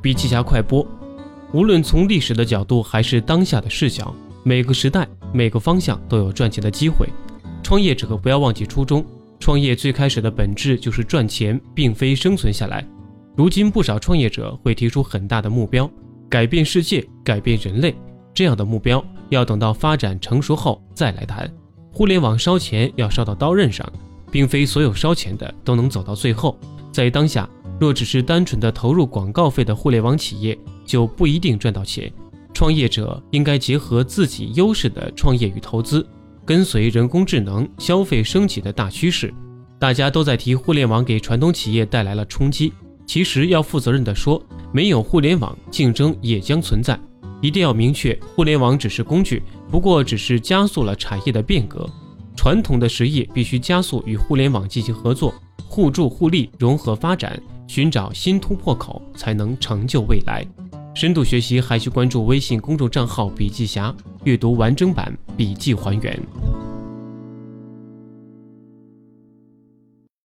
笔记侠快播。无论从历史的角度还是当下的视角，每个时代每个方向都有赚钱的机会。创业者不要忘记初衷，创业最开始的本质就是赚钱，并非生存下来。如今不少创业者会提出很大的目标，改变世界，改变人类，这样的目标要等到发展成熟后再来谈。互联网烧钱要烧到刀刃上，并非所有烧钱的都能走到最后。在当下，若只是单纯的投入广告费的互联网企业，就不一定赚到钱。创业者应该结合自己优势的创业与投资，跟随人工智能、消费升级的大趋势。大家都在提互联网给传统企业带来了冲击，其实要负责任地说，没有互联网，竞争也将存在。一定要明确，互联网只是工具，不过只是加速了产业的变革。传统的实业必须加速与互联网进行合作，互助互利，融合发展，寻找新突破口，才能成就未来。深度学习还需关注微信公众账号笔记侠，阅读完整版笔记还原。